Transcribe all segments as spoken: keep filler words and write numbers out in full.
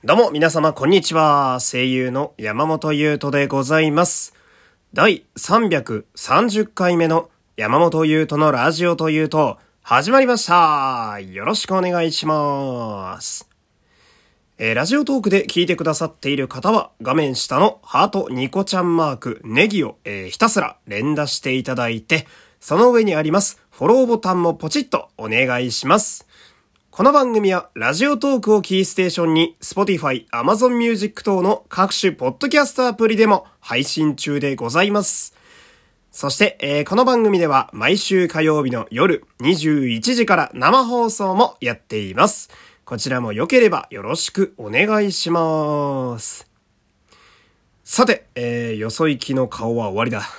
どうも皆様こんにちは。声優の山本優斗でございます。第さんびゃくさんじゅっかいめの山本優斗のラジオというと始まりました。よろしくお願いします。えー、ラジオトークで聞いてくださっている方は画面下のハートニコちゃんマークネギを、えー、ひたすら連打していただいて、その上にありますフォローボタンもポチッとお願いします。この番組はラジオトークをキーステーションに Spotify、Amazon Music 等の各種ポッドキャストアプリでも配信中でございます。そして、えー、この番組では毎週火曜日の夜にじゅういちじから生放送もやっています。こちらも良ければよろしくお願いします。さて、えー、よそ行きの顔は終わりだ。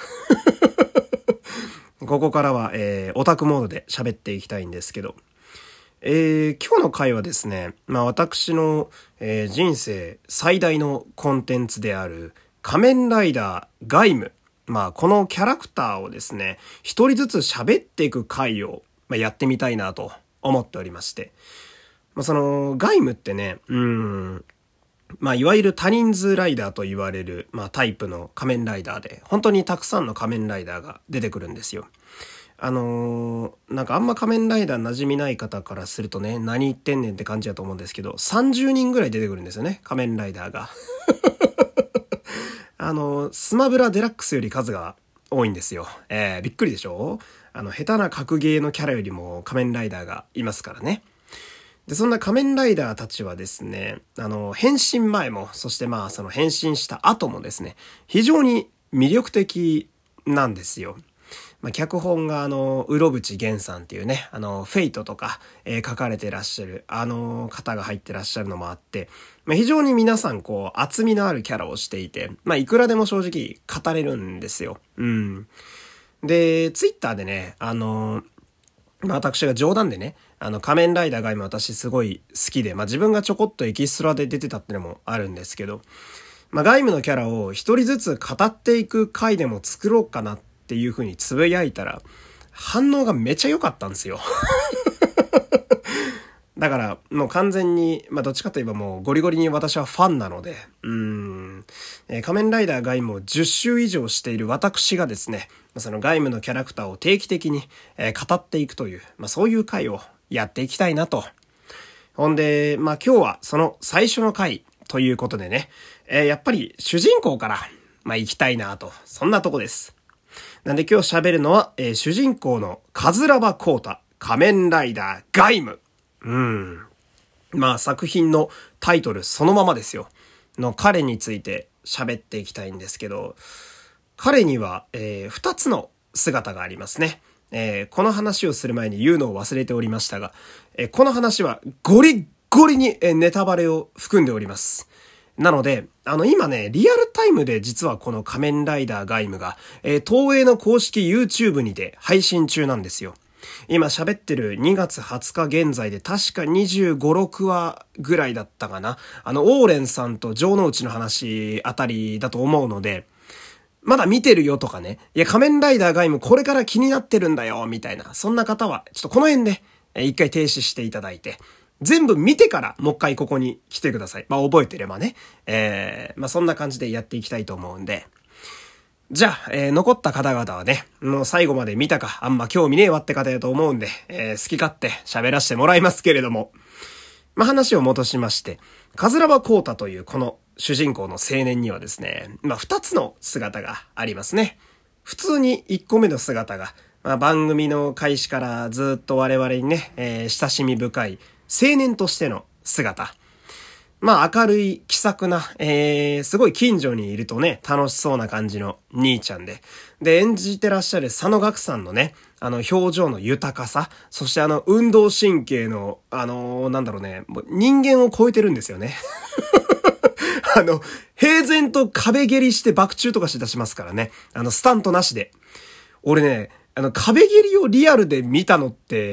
ここからは、えー、オタクモードで喋っていきたいんですけど、えー、今日の回はですね、まあ私の、えー、人生最大のコンテンツである仮面ライダーガイム、まあこのキャラクターをですね、一人ずつ喋っていく回を、まあ、やってみたいなと思っておりまして、まあそのガイムってね、うーん、まあいわゆる多人数ライダーと言われる、まあタイプの仮面ライダーで、本当にたくさんの仮面ライダーが出てくるんですよ。あのー、なんかあんま仮面ライダー馴染みない方からするとね、何言ってんねんって感じだと思うんですけど、さんじゅうにんぐらい出てくるんですよね、仮面ライダーが。あのー、スマブラデラックスより数が多いんですよ。えー、びっくりでしょ？あの、下手な格ゲーのキャラよりも仮面ライダーがいますからね。で、そんな仮面ライダーたちはですね、あの、変身前も、そしてまあ、その変身した後もですね、非常に魅力的なんですよ。まあ、脚本があの、うろぶちげんさんっていうね、あの、フェイトとか、えー、書かれてらっしゃる、あの方が入ってらっしゃるのもあって、まあ、非常に皆さんこう、厚みのあるキャラをしていて、まあ、いくらでも正直語れるんですよ。うん。で、ツイッターでね、あの、まあ、私が冗談でね、あの、仮面ライダーが今私すごい好きで、まあ、自分がちょこっとエキストラで出てたってのもあるんですけど、まあ、ガイムのキャラを一人ずつ語っていく回でも作ろうかなっていう風につぶやいたら、反応がめちゃ良かったんですよ。だから、もう完全に、まあ、どっちかといえばもうゴリゴリに私はファンなので、うーん、えー、仮面ライダーガイムをじゅっしゅう以上している私がですね、そのガイムのキャラクターを定期的に、えー、語っていくという、まあ、そういう回をやっていきたいなと。ほんで、まあ、今日はその最初の回ということでね、えー、やっぱり主人公から、まあ、行きたいなと、そんなとこです。なんで今日喋るのは、えー、主人公のカズラバコータ、仮面ライダーガイム。うん。まあ作品のタイトルそのままですよ。の彼について喋っていきたいんですけど、彼には、えー、二つの姿がありますね。えー、この話をする前に言うのを忘れておりましたが、えー、この話はゴリッゴリにネタバレを含んでおります。なので、あの今ね、リアルタイムで実はこの仮面ライダーガイムが、えー、東映の公式 YouTube にて配信中なんですよ。今喋ってるにがつはつか現在で確かにじゅうご、ろくわぐらいだったかな。あの、オーレンさんと城之内の話あたりだと思うので、まだ見てるよとかね、いや仮面ライダーガイムこれから気になってるんだよ、みたいな、そんな方は、ちょっとこの辺で、えー、一回停止していただいて、全部見てからもう一回ここに来てください。まあ覚えてればね。えー、まあそんな感じでやっていきたいと思うんで。じゃあ、えー、残った方々はね、もう最後まで見たか、あんま興味ねえわって方だと思うんで、えー、好き勝手喋らせてもらいますけれども。まあ話を戻しまして、カズラバコータというこの主人公の青年にはですね、まあ二つの姿がありますね。普通に一個目の姿が、まあ、番組の開始からずっと我々にね、えー、親しみ深い青年としての姿。まあ明るい気さくな、えー、すごい近所にいるとね、楽しそうな感じの兄ちゃんで。で、演じてらっしゃる佐野岳さんのね、あの表情の豊かさ、そしてあの運動神経の、あのー、なんだろうね、もう人間を超えてるんですよね。あの、平然と壁蹴りして爆中とかして出しますからね。あの、スタントなしで。俺ね、あの、壁蹴りをリアルで見たのって、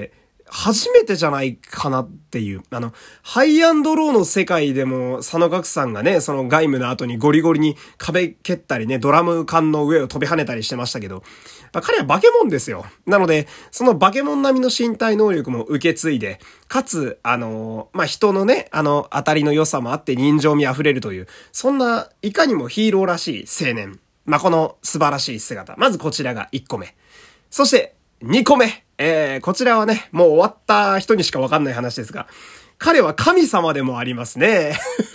初めてじゃないかなっていう。あの、ハイアンドローの世界でも佐野岳さんがね、その外務の後にゴリゴリに壁蹴ったりね、ドラム缶の上を飛び跳ねたりしてましたけど、まあ、彼は化け物ですよ。なので、その化け物並みの身体能力も受け継いで、かつ、あの、まあ、人のね、あの、当たりの良さもあって人情味あふれるという、そんな、いかにもヒーローらしい青年。まあ、この素晴らしい姿。まずこちらがいっこめ。そして、にこめ。えー、こちらはね、もう終わった人にしかわかんない話ですが、彼は神様でもありますね。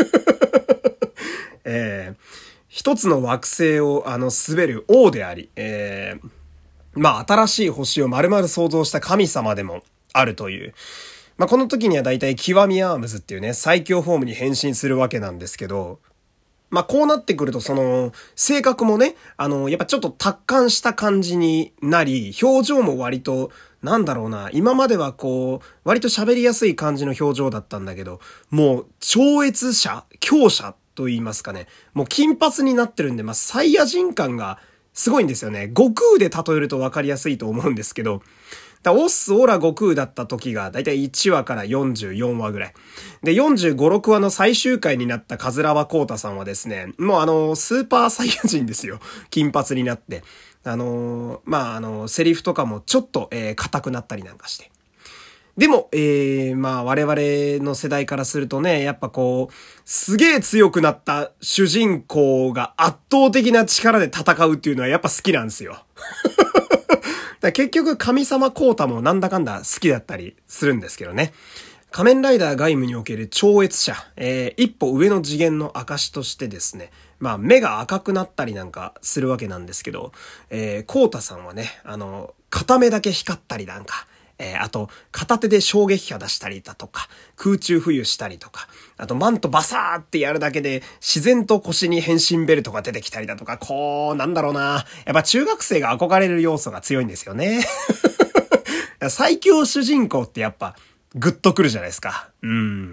えー、一つの惑星を、あの、滑る王であり、えー、まあ、新しい星を丸々創造した神様でもあるという。まあ、この時にはだいたい極みアームズっていうね、最強フォームに変身するわけなんですけど、まあ、こうなってくると、その、性格もね、あの、やっぱちょっと達観した感じになり、表情も割と、なんだろうな、今まではこう、割と喋りやすい感じの表情だったんだけど、もう、超越者、強者と言いますかね、もう金髪になってるんで、まあ、サイヤ人感がすごいんですよね。悟空で例えると分かりやすいと思うんですけど、だオッスオラ悟空だった時がだいたいいちわからよんじゅうよんわぐらい。で、よんじゅうご、ろくわの最終回になったカズラワコウタさんはですね、もうあの、スーパーサイヤ人ですよ。金髪になって。あのー、まあ、あの、セリフとかもちょっと、えー、硬くなったりなんかして。でも、えー、まあ、我々の世代からするとね、やっぱこう、すげえ強くなった主人公が圧倒的な力で戦うっていうのはやっぱ好きなんですよ。だ結局神様コータもなんだかんだ好きだったりするんですけどね。仮面ライダー外務における超越者、えー、一歩上の次元の証としてですね、まあ目が赤くなったりなんかするわけなんですけど、えー、コータさんはね、あの、片目だけ光ったりなんか、えー、あと、片手で衝撃波出したりだとか、空中浮遊したりとか、あとマントバサーってやるだけで自然と腰に変身ベルトが出てきたりだとか、こう、なんだろうな。やっぱ中学生が憧れる要素が強いんですよね。最強主人公ってやっぱ、グッとくるじゃないですか。うん。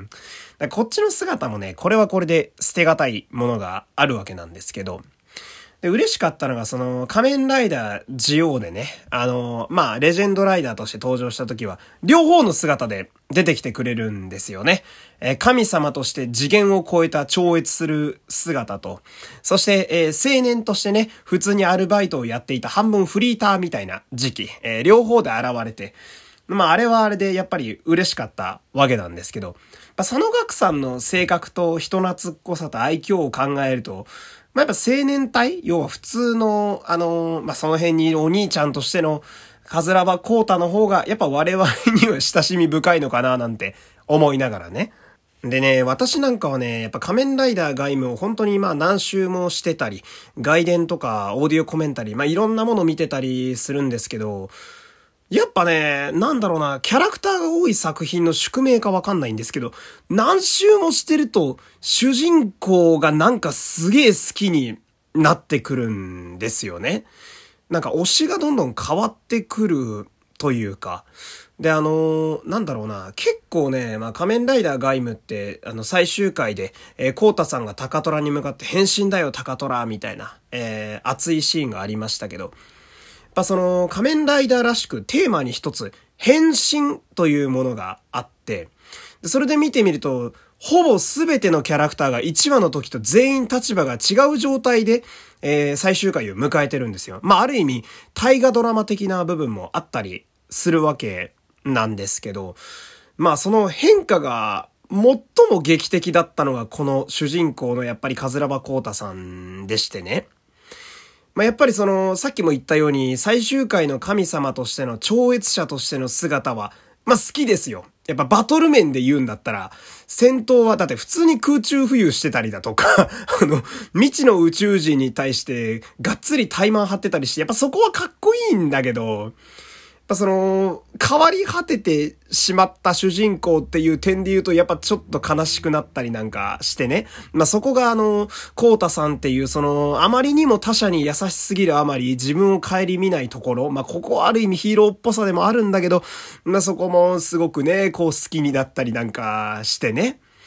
だこっちの姿もね、これはこれで捨てがたいものがあるわけなんですけど、で、嬉しかったのが、その、仮面ライダージオーでね、あの、まあ、レジェンドライダーとして登場した時は、両方の姿で出てきてくれるんですよね。えー、神様として次元を超えた超越する姿と、そして、えー、青年としてね、普通にアルバイトをやっていた半分フリーターみたいな時期、えー、両方で現れて、まあ、あれはあれでやっぱり嬉しかったわけなんですけど、佐野岳さんの性格と人懐っこさと愛嬌を考えると、まあ、やっぱ青年隊要は普通の、あの、まあ、その辺にいるお兄ちゃんとしての、カズラバコータの方が、やっぱ我々には親しみ深いのかななんて思いながらね。でね、私なんかはね、やっぱ仮面ライダー外務を本当にまあ何周もしてたり、外伝とかオーディオコメンタリー、まあいろんなもの見てたりするんですけど、やっぱね、なんだろうな、キャラクターが多い作品の宿命かわかんないんですけど、何周もしてると、主人公がなんかすげえ好きになってくるんですよね。なんか推しがどんどん変わってくるというか。で、あのー、なんだろうな、結構ね、まあ仮面ライダー外務って、あの最終回で、えー、コータさんが高虎に向かって変身だよ高虎みたいな、えー、熱いシーンがありましたけど、やっぱその仮面ライダーらしくテーマに一つ変身というものがあって、それで見てみるとほぼ全てのキャラクターがいちわの時と全員立場が違う状態で、えー、最終回を迎えてるんですよ。まあある意味大河ドラマ的な部分もあったりするわけなんですけど、まあその変化が最も劇的だったのがこの主人公のやっぱりカズラバコウタさんでしてね。まあ、やっぱりその、さっきも言ったように、最終回の神様としての超越者としての姿は、まあ、好きですよ。やっぱバトル面で言うんだったら、戦闘はだって普通に空中浮遊してたりだとか、あの、未知の宇宙人に対してがっつりタイマン張ってたりして、やっぱそこはかっこいいんだけど、やっぱその、変わり果ててしまった主人公っていう点で言うと、やっぱちょっと悲しくなったりなんかしてね。まあ、そこがあの、コウタさんっていうその、あまりにも他者に優しすぎるあまり自分を顧みないところ。まあ、ここはある意味ヒーローっぽさでもあるんだけど、まあ、そこもすごくね、こう好きになったりなんかしてね。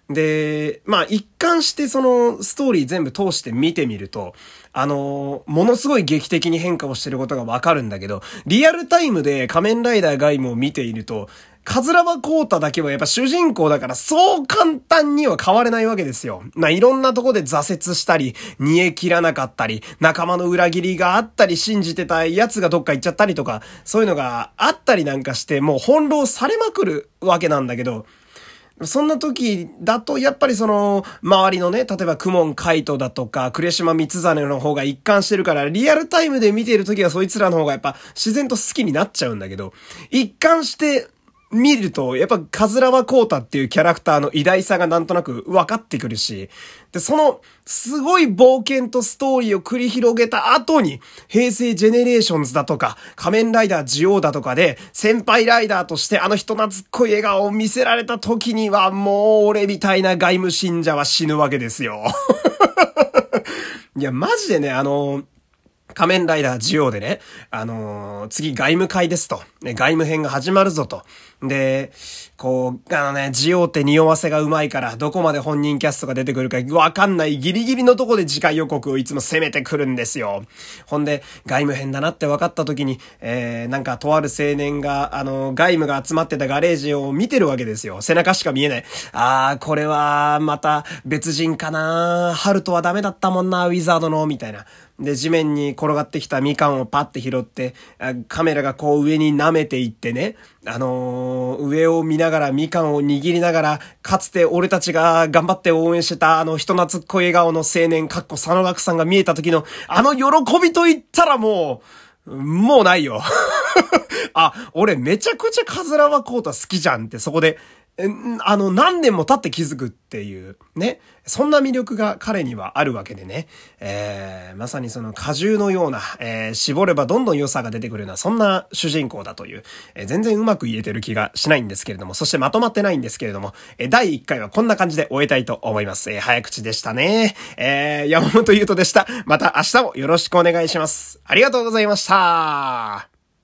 で、まあ一貫してそのストーリー全部通して見てみると、あのー、ものすごい劇的に変化をしてることがわかるんだけど、リアルタイムで仮面ライダーガイムを見ていると、カズラバコータだけはやっぱ主人公だからそう簡単には変われないわけですよ。まあ、いろんなとこで挫折したり、煮え切らなかったり、仲間の裏切りがあったり、信じてたやつがどっか行っちゃったりとか、そういうのがあったりなんかして、もう翻弄されまくるわけなんだけど、そんな時だと、やっぱりその、周りのね、例えば、クモンカイトだとか、呉島三実の方が一貫してるから、リアルタイムで見ている時はそいつらの方がやっぱ自然と好きになっちゃうんだけど、一貫して、見ると、やっぱ、カズラバコータっていうキャラクターの偉大さがなんとなく分かってくるし、で、その、すごい冒険とストーリーを繰り広げた後に、平成ジェネレーションズだとか、仮面ライダージオウだとかで、先輩ライダーとしてあの人懐っこい笑顔を見せられた時には、もう俺みたいな外務信者は死ぬわけですよ。いや、マジでね、あの、仮面ライダージオウでね、あのー、次外務会ですと。ね、外務編が始まるぞと。で、こう、あのね、ジオウって匂わせがうまいから、どこまで本人キャストが出てくるかわかんないギリギリのとこで次回予告をいつも攻めてくるんですよ。ほんで、外務編だなって分かった時に、えー、なんかとある青年が、あの、外務が集まってたガレージを見てるわけですよ。背中しか見えない。あー、これは、また別人かな。ハルトはダメだったもんな、ウィザードの、みたいな。で、地面に転がってきたみかんをパッて拾って、カメラがこう上に舐めていってね、あのー、上を見ながらみかんを握りながら、かつて俺たちが頑張って応援してたあの人懐っこい笑顔の青年、かっこ佐野岳さんが見えた時の、あの喜びと言ったらもう、もうないよ。あ、俺めちゃくちゃカズラバコータ好きじゃんってそこで、あの、何年も経って気づくっていう、ね。そんな魅力が彼にはあるわけでね。えー、まさにその果汁のような、えー、絞ればどんどん良さが出てくるような、そんな主人公だという、えー、全然うまく言えてる気がしないんですけれども、そしてまとまってないんですけれども、えー、だいいっかいはこんな感じで終えたいと思います。えー、早口でしたね。えー、山本優斗でした。また明日もよろしくお願いします。ありがとうございました。